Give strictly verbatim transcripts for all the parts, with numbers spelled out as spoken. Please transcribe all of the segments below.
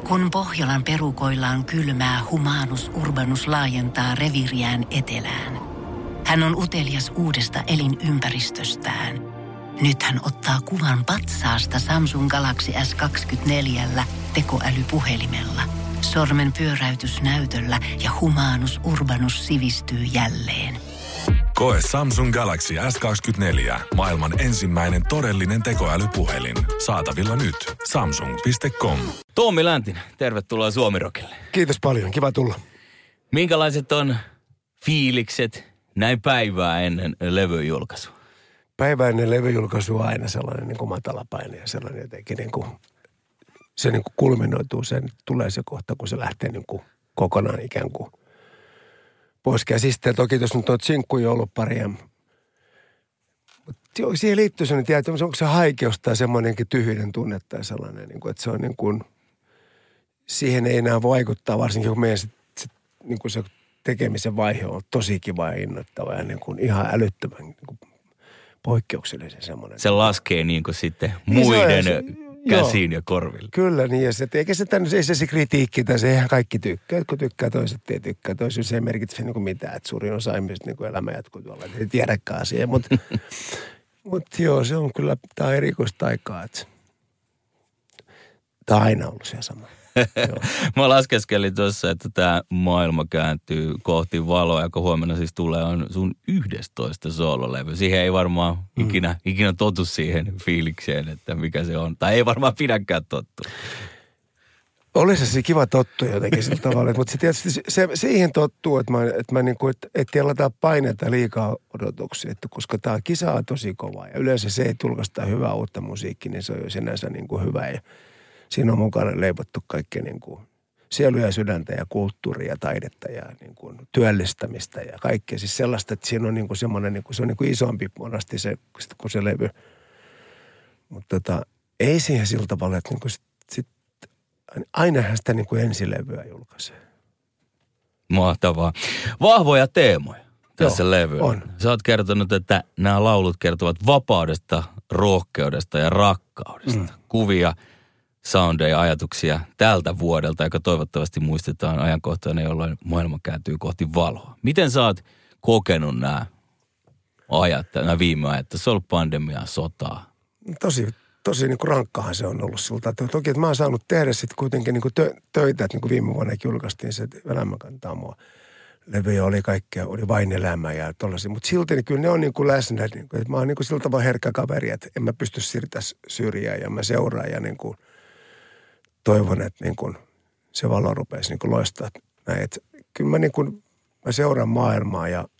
Kun Pohjolan perukoillaan kylmää, Humanus Urbanus laajentaa reviiriään etelään. Hän on utelias uudesta elinympäristöstään. Nyt hän ottaa kuvan patsaasta Samsung Galaxy S kaksikymmentäneljä tekoälypuhelimella. Sormen pyöräytys näytöllä ja Humanus Urbanus sivistyy jälleen. Koe Samsung Galaxy S kaksikymmentäneljä. Maailman ensimmäinen todellinen tekoälypuhelin. Saatavilla nyt. Samsung piste com. Tommi Läntinen, tervetuloa Suomirokille. Kiitos paljon, kiva tulla. Minkälaiset on fiilikset näin päivää ennen levyn julkaisua? Päivää ennen levyn julkaisua on aina sellainen niin kuin matalapaine ja sellainen jotenkin niin kuin, se niin kuin kulminoituu, sen tulee se kohta, kun se lähtee niin kuin kokonaan ikään kuin pois käsistä. Toki tuossa nyt on sinkkuja ollut paria. Mutta siihen liittyy sellainen, tiedä, onko se haikeus tai semmoinenkin tyhjyyden tunne tai sellainen, niin kuin, että se on niin kuin, siihen ei enää vaikuttaa, varsinkin kun meidän sit, sit, niin kuin se tekemisen vaihe on tosi kiva ja innoittava ja niin kuin ihan älyttömän niin kuin poikkeuksellisen semmoinen. Se laskee niin kuin sitten muiden niin käsiin ja korville. Kyllä niin, ja se, eikä se, tämän, ei se, se kritiikki, tai se eihän kaikki tykkää, kun tykkää toiset ei tykkää. Toiset se ei merkitse niin kuin mitään, että suurin osa ihmisistä niin elämä jatkuu tuolla, ei tiedäkään asiaa, mutta mut joo, se on kyllä, tämä on erikoista aikaa, että tämä on aina ollut siellä sama. Mä laskeskelin tuossa, että tämä maailma kääntyy kohti valoa, joka huomenna siis tulee on sun yhdestoista soololevy. Siihen ei varmaan mm. ikinä, ikinä totu siihen fiilikseen, että mikä se on. Tai ei varmaan pidäkään tottua. Olisi se kiva tottua jotenkin sillä tavalla, mutta se tietysti se, siihen tottuu, että mä, että mä niin kuin, että, että ei aleta paineta liikaa odotuksia, että koska tämä kisa on tosi kova ja yleensä se ei tulkasta hyvää uutta musiikkia, niin se on jo sinänsä niin kuin hyvä ja siinä on mukana leivottu kaikkea niin kuin sielu ja sydäntä ja kulttuuria ja taidetta ja niin kuin työllistämistä ja kaikkea. Siis sellaista, että siinä on niin kuin semmoinen, niin kuin, se on niin kuin isompi monasti se, kuin se levy. Mutta tota, ei siihen sillä tavalla, että niin kuin sit, sit, ainahan sitä niin kuin ensilevyä julkaisee. Mahtavaa. Vahvoja teemoja tässä Joo, levyllä. On. Sä oot kertonut, että nämä laulut kertovat vapaudesta, rohkeudesta ja rakkaudesta. Mm. Kuvia, soundeja, ajatuksia tältä vuodelta, joka toivottavasti muistetaan ajankohtana, jolloin maailma kääntyy kohti valoa. Miten sä oot kokenut nämä ajat, nämä viime ajat? Se on ollut pandemiaa, sotaa. Tosi, tosi niin kuin rankkahan se on ollut sulta. Toki, että mä oon saanut tehdä sitten kuitenkin niin kuin tö, töitä, että niin kuin viime vuonna julkaistiin se, että elämä kantaa mua. Levyjä oli kaikkea, oli vain elämä ja tollaisia. Mutta silti niin kyllä ne on niin kuin läsnä. Niin kuin, että mä oon niin kuin sillä tavalla herkkä kaveri, että en mä pysty siirtää syrjään ja mä seuraan ja niin kuin toivon, että niin kuin se valo rupeisi niin kuin loistaa näin. Että kyllä mä, niin kuin, mä seuraan maailmaa ja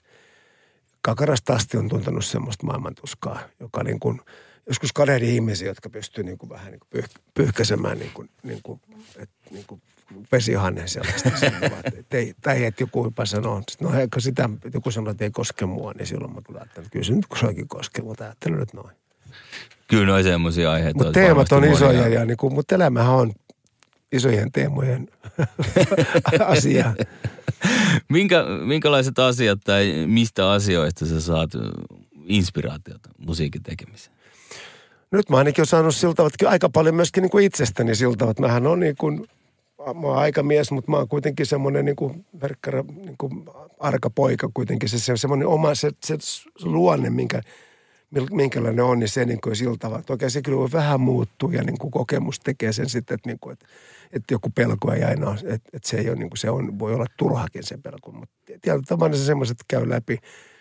kakarasta asti on tuntenut semmoista maailmantuskaa, joka niin kuin, joskus kadehdin ihmisiä, jotka pystyy niin kuin vähän niin kuin pyyh, pyyhkäsemään niin kuin, niin kuin, et, niin kuin vesihannen sellaista. Ei, tai että joku jopa sanoo, no eikö sitä, joku sanoo, että ei koske mua, niin silloin mä kyllä ajattelin, että kyllä se nyt kun se oikein koskee, mutta ajattelen nyt noin. Kyllä noin semmoisia aiheita. Mutta teemat on isoja, ja niin kuin, mutta elämähän on isojen teemojen asia. Minkä, minkälaiset asiat tai mistä asioista sä saat inspiraatiota musiikin tekemiseen? Nyt mä ainakin olen saanut siltä, että aika paljon myöskin niin kuin itsestäni siltä, että mähän on niin kuin, mä oon aikamies, mutta mä oon kuitenkin semmoinen niin kuin verkkara, niin kuin arka poika kuitenkin. Se, se semmoinen oma, se, se luonne, minkä minkälainen on, niin se niin kuin sillä tavalla. Oikein se kyllä voi vähän muuttua ja niin kuin kokemus tekee sen sitten, että, niin kuin, että, että joku pelko ei aina ole, että, että se ei ole niin kuin se on, voi olla turhakin se pelko, mutta tietyllä tavalla se semmoiset käy läpi.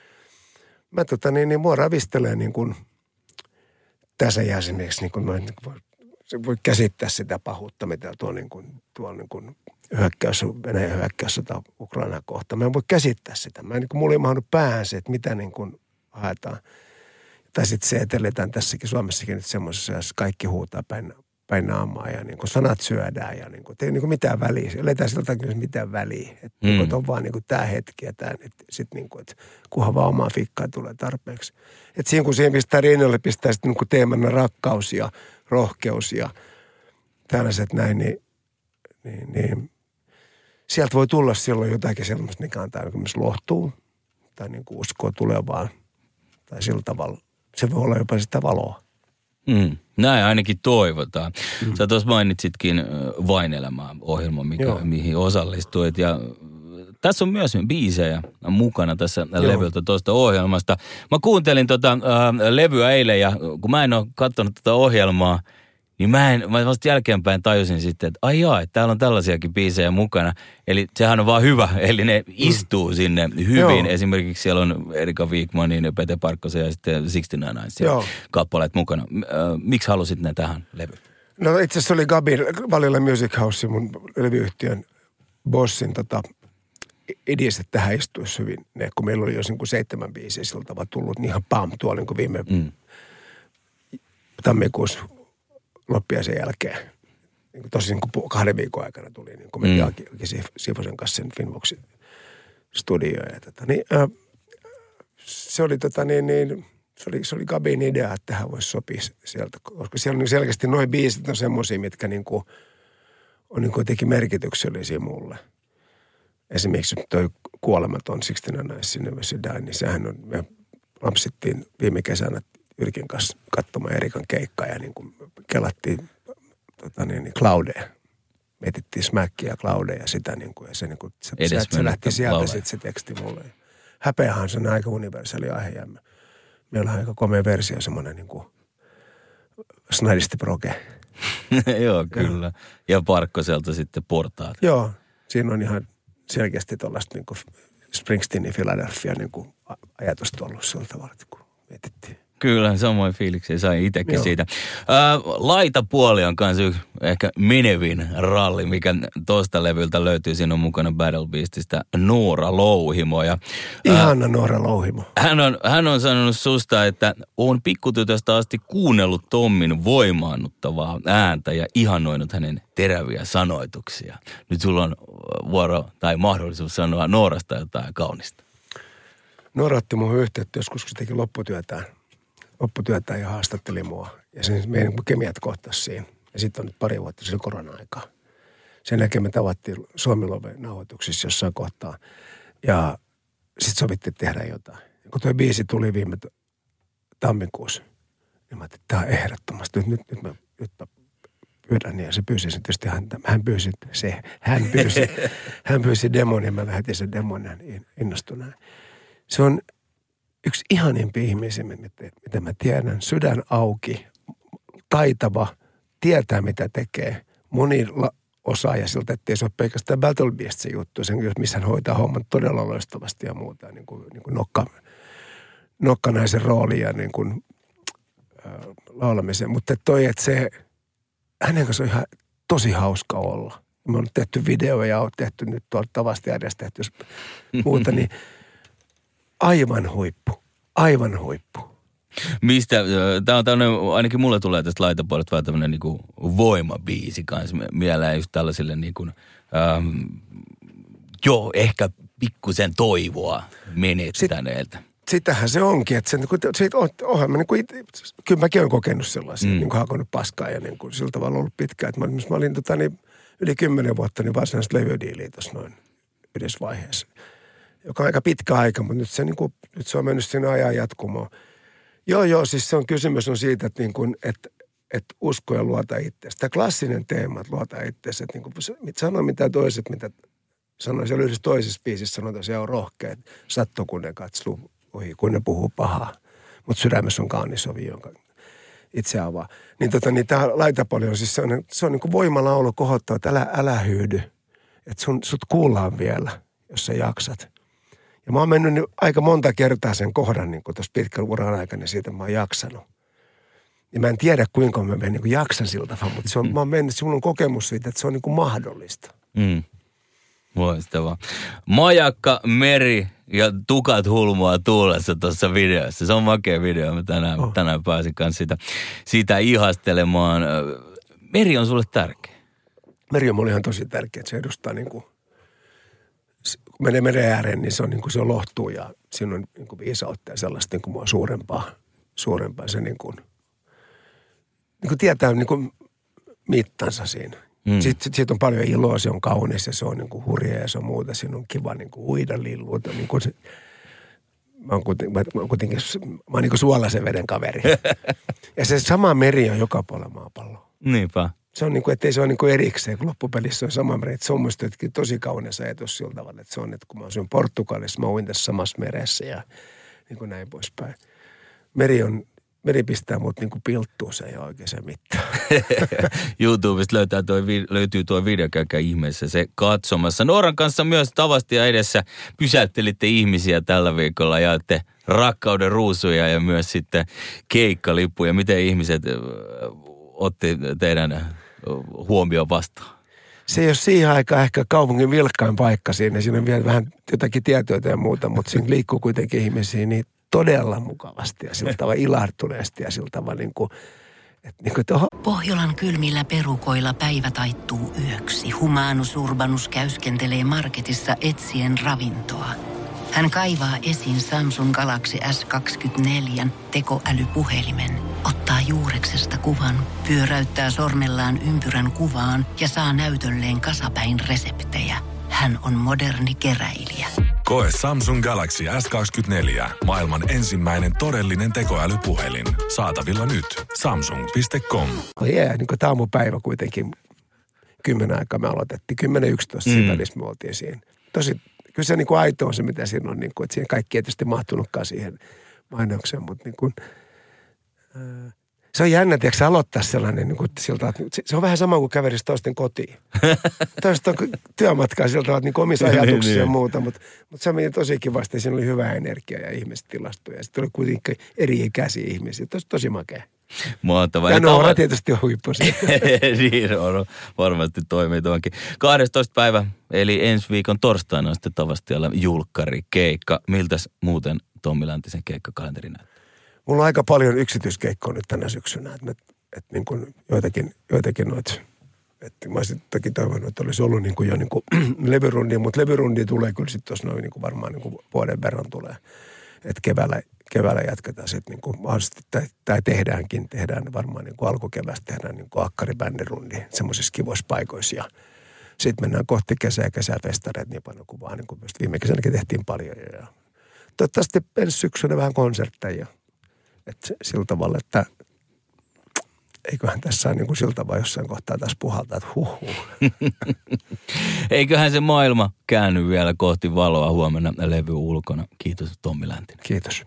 Mä tota niin, niin mua ravistelee niin kuin tässä ja esimerkiksi niin kuin noin, niin kuin voi, voi käsittää sitä pahuutta, mitä tuo niin kuin, tuo niin kuin hyökkäys, Venäjän hyökkäyssota Ukrainaa kohtaan. Mä en voi käsittää sitä. Mä en niin kuin, mulla ei mahdu päähän se, että mitä niin kuin haetaan. Tai sitten se, että eletään tässäkin Suomessakin nyt semmoisessa, jos kaikki huutaa päin, päin naamaa ja niin kuin sanat syödään ja niin kuin, ei niin kuin mitään väliä. Eletään siltä kyllä mitään väliä. Että mm. niin on vaan niin kuin tämä hetki ja tämä, että sitten niin kuin, että kunhan vaan omaa fikkaa tulee tarpeeksi. Että siinä kun siihen pistää rinnalle, pistää sitten niin kuin teemana rakkaus ja rohkeus ja tällaiset näin, niin, niin, niin sieltä voi tulla silloin jotakin sellaista, mikä antaa niin kuin myös lohtuu tai niin kuin uskoo tulevaan tai sillä tavalla. Se voi olla jopa sitä valoa. Mm. Näin ainakin toivotaan. Mm. Sä tuossa mainitsitkin Vain-elämää -ohjelma, mikä, mihin osallistuit. Ja tässä on myös biisejä mukana tässä Joo. levyltä tuosta ohjelmasta. Mä kuuntelin tota äh, levyä eilen ja kun mä en ole katsonut tätä ohjelmaa, niin mä en, mä vasta jälkeenpäin tajusin sitten, että ai jaa, että täällä on tällaisiakin biisejä mukana. Eli sehän on vaan hyvä, eli ne istuu mm. sinne hyvin. Joo. Esimerkiksi siellä on Erika Wigmanin ja Pete Parkkosen ja sitten kuusikymmentäyhdeksän kappaleet mukana. Miksi halusit ne tähän levyyn? No itse asiassa oli Gabi Valilla Music House, mun levyyhtiön bossin tota, ideassa, että tähän istuisi hyvin. Ne, kun meillä oli jo niin kuin seitsemän biisiä siltä vaan tullut, niin ihan pam tuolla niin kuin viime mm. tammikuussa loppiaisen jälkeen. Niin tosi niin kuin kahden viikon aikana tuli, niin kuin me mm. jaakin Sifosen kanssa sen Finvoxin studioon. Ja tota, niin, äh, se oli tota niin, niin se oli, se oli Gabin idea, että tähän voisi sopia sieltä, koska siellä on selkeästi noin biisit on semmoisia, mitkä niin kuin on niin kuin jotenkin merkityksellisiä mulle. Esimerkiksi toi Kuolematon kuusikymmentäyhdeksän Never Die, niin sehän on, me lapsittiin viime kesänä Yrkin kanssa katsomaan Erikan keikkaa ja niin kuin kelattiin tota niin, niin Cloudeja. Mietittiin Smackia ja Cloudeja ja sitä niin kuin, ja se, niin kuin, se, se, se lähti sieltä sitten se teksti mulle. Häpeähän se on aika universaali aihe ja me, meillä on aika komea versio, semmoinen niin kuin snadisti proge. Joo, kyllä. Ja Parkkoselta sitten Portaat. Joo, siinä on ihan selkeästi tuollaista niin kuin Springsteenin Philadelphia niin kuin ajatusta ollut sillä tavalla, kun mietittiin. Kyllä, samoin fiiliksiä sai itsekin Joo. siitä. Ää, laitapuoli on kanssa ehkä menevin ralli, mikä tuosta levyltä löytyy. Siinä on mukana Battle Beastistä Noora Louhimo. Ja, Ihana ää, Noora Louhimo. Hän on, hän on sanonut susta, että on pikkutytöstä asti kuunnellut Tommin voimaannuttavaa ääntä ja ihanoinut hänen teräviä sanoituksia. Nyt sulla on vuoro tai mahdollisuus sanoa Noorasta jotain kaunista. Noora otti mun yhteyttä joskus, kun se teki lopputyötään. lopputyötään ja haastatteli mua. Ja sen meidän kemiat kohtasi siinä. Ja sitten on nyt pari vuotta, se oli korona-aikaa. Sen jälkeen me tavattiin Suomi-Loven nauhoituksissa jossain kohtaa. Ja sitten sovittiin tehdä jotain. Ja kun tuo biisi tuli viime tammikuussa, niin mä ajattelin, että tämä on ehdottomasti. Nyt, nyt, nyt, mä, nyt mä pyydän niin. Ja se pyysi sen tietysti, hän, hän pyysi se. Hän pyysi, hän pyysi demon ja mä lähetin sen demon ja innostuneen. Se on yksi ihanimpia ihmisiä, mitä mä tiedän. Sydän auki, taitava, tietää mitä tekee. Moni osaaja siltä, ettei se ole pelkästään Battle Beast se juttu, sen, missä hän hoitaa homman todella loistavasti ja muuta. Niin kuin, niin kuin nokka, nokkanaisen rooli ja niin kuin, äh, laulamisen. Mutta toi, että se, hänen kanssa on ihan tosi hauska olla. Me on tehty videoja ja on tehty nyt tuolta tavasta edes tehty jos muuta, niin aivan huippu. Aivan huippu. Mistä, tämä on tämmöinen, ainakin mulle tulee tästä laitapuolesta vähän tämmöinen niin kuin voimabiisi kanssa mieleen just tällaisille niin kuin, ähm, joo, ehkä pikkusen toivoa menettäneeltä. Sitähän se onkin, että se, se ohjelma, niin kuin, kyllä mäkin olen kokenut sellaisia, mm. niin kuin hakonut paskaa ja niin kuin sillä tavalla ollut pitkään. Että mä, mä olin tota, niin, yli kymmenen vuotta niin varsinaista levydiiliä tuossa noin yhdessä vaiheessa. Joka on aika pitkä aika, mutta nyt se, niin kuin, nyt se on mennyt sinne ajan jatkumoon. Joo, joo, siis se on kysymys on siitä, että, niin kuin, että, että usko ja luota itseäsi. Tämä klassinen teema, että luota itseäsi. Että niin kuin, sano mitä toiset, mitä sanoi siellä yhdessä toisessa biisissä, sanotaan, että se on rohkea. Sattuu, kun ne katsoo ohi, kun ne puhuu pahaa. Mutta sydämessä on kaunis ovi, jonka itse avaa. Niin, tota, niin tämä laitapuoli on siis se on, se on niin kuin voimalaulu kohottava, että älä, älä hyydy. Että sun, sut kuullaan vielä, jos sä jaksat. Ja mä oon mennyt aika monta kertaa sen kohdan niin tuossa pitkän uran aikana siitä mä oon jaksanut. Ja mä en tiedä kuinka mä menen niin jaksan siltä, mutta se on, mä oon mennyt, mulla on kokemus siitä, että se on niin kuin mahdollista. Mm. Loistavaa. Majakka, meri ja tukat hulmua tuulessa tuossa videossa. Se on makea video. Mä tänään, oh. tänään pääsin kanssa sitä, sitä ihastelemaan. Meri on sulle tärkeä. Meri on mulle ihan tosi tärkeä. Se edustaa niin kuin, kun menee meren ääreen, niin se on, niin kuin, se on lohtuu ja siinä on niin kuin viisautta ja sellaista niin kuin mua suurempaa. Suurempaa se niin kuin, niin kuin tietää niin kuin mittansa siinä. Mm. Sitten siitä on paljon iloa, se on kaunis ja se on niin kuin hurja ja se on muuta. Siinä on kiva niin kuin uida, lilluuta. Niin kuin se, mä oon kuitenkin, mä oon, kuitenkin, mä oon niin kuin suolaisen veden kaveri. Ja se sama meri on joka puolella maapalloa. Niinpä. Se on niin kuin, ettei se ole niin kuin erikseen, kun loppupelissä on sama meri. Se on musta tosi kaunis ajatus sillä tavalla, että se on, että kun mä asuin Portugalissa, mä uin tässä samassa meressä ja niin kuin näin poispäin. Meri on, meri pistää mut niin kuin pilttuun, se ei ole oikein se mitään. YouTubesta löytää toi, löytyy tuo video, käykää ihmeessä se katsomassa. Nooran kanssa myös tavasti ja edessä pysäyttelitte ihmisiä tällä viikolla, jaatte rakkauden ruusuja ja myös sitten keikkalippuja. Miten ihmiset otti teidän huomioon vastaan? Se ei ole siihen aikaan ehkä kaupungin vilkkain paikka siinä. Siinä on vielä vähän jotakin tietoja ja muuta, mutta siinä liikkuu kuitenkin ihmisiä niin todella mukavasti ja sillä tavalla ilahtuneesti ja sillä tavalla niin kuin, että niin kuin, että oho. Pohjolan kylmillä perukoilla päivä taittuu yöksi. Humanus Urbanus käyskentelee marketissa etsien ravintoa. Hän kaivaa esiin Samsung Galaxy S kaksikymmentäneljä tekoälypuhelimen, ottaa juureksesta kuvan, pyöräyttää sormellaan ympyrän kuvaan ja saa näytölleen kasapäin reseptejä. Hän on moderni keräilijä. Koe Samsung Galaxy S kaksikymmentäneljä, maailman ensimmäinen todellinen tekoälypuhelin. Saatavilla nyt. samsung piste com. Jee, yeah, niin kuin tämä aamupäivä kuitenkin kymmenen aikaa me aloitettiin. kymmenen yksitoista mm. välissä me oltiin siinä. Tosi, kyllä se niin kuin aito on se, mitä siinä on, niin kuin, että siihen kaikki ei tietysti mahtunutkaan siihen mainokseen, mutta niin kuin, äh, se on jännä, tiedätkö, aloittaa sellainen, niin kuin siltä, että se on vähän sama kuin kävelisi toisten kotiin. Toista on työmatkaa siltä, niin kuin omissa ajatuksia ja muuta, mutta, mutta se meni tosi kivasti ja siinä oli hyvä energia ja ihmiset tilastoja. Ja sitten oli kuitenkin eri ikäisiä ihmisiä. Tosi, tosi makea. Mahtavaa. Ja Noora tietysti on huippuisia. Niin on, varmasti toimii tuonkin. kahdestoista päivä, eli ensi viikon torstaina on sitten Tavastialla julkkarikeikka. Miltäs muuten Tommi Läntisen keikkakalenteri näyttää? Mulla on aika paljon yksityiskeikkoa nyt tänä syksynä, että, että niin kuin joitakin, joitakin noita, että mä olisin toki toivonut, että olisi ollut niin kuin jo niin kuin levyrundia, mutta levyrundia tulee kyllä sitten tuossa noin niin kuin varmaan niin kuin vuoden verran tulee, että keväällä, keväällä jatketaan sitten niin kuin mahdollisesti, tai, tai tehdäänkin, tehdään varmaan niin kuin alkukeväästä tehdään niin kuin akkaribändirundi semmoisissa kivoissa paikoissa ja sitten mennään kohti kesää ja kesäfestareet niin paljon kuin vaan, niin kuin viime kesänäkin tehtiin paljon ja toivottavasti ensi syksynä vähän konsertteja. Että sillä tavalla, että eiköhän tässä niin kuin sillä tavalla jossain kohtaa taas puhaltaa, että huh huh. Eiköhän se maailma käänny vielä kohti valoa huomenna levy ulkona. Kiitos Tommi Läntinen. Kiitos.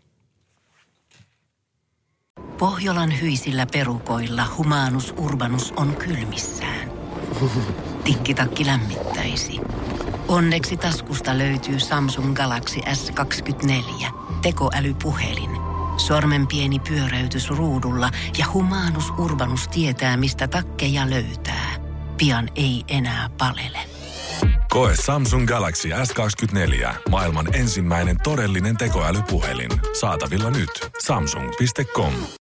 Pohjolan hyisillä perukoilla Humanus Urbanus on kylmissään. Tikkitakki lämmittäisi. Onneksi taskusta löytyy Samsung Galaxy S kaksikymmentäneljä tekoälypuhelin. Sormen pieni pyöräytys ruudulla ja Humanus Urbanus tietää, mistä takkeja löytää. Pian ei enää palele. Koe Samsung Galaxy S kaksikymmentäneljä, maailman ensimmäinen todellinen tekoälypuhelin. Saatavilla nyt. samsung piste com.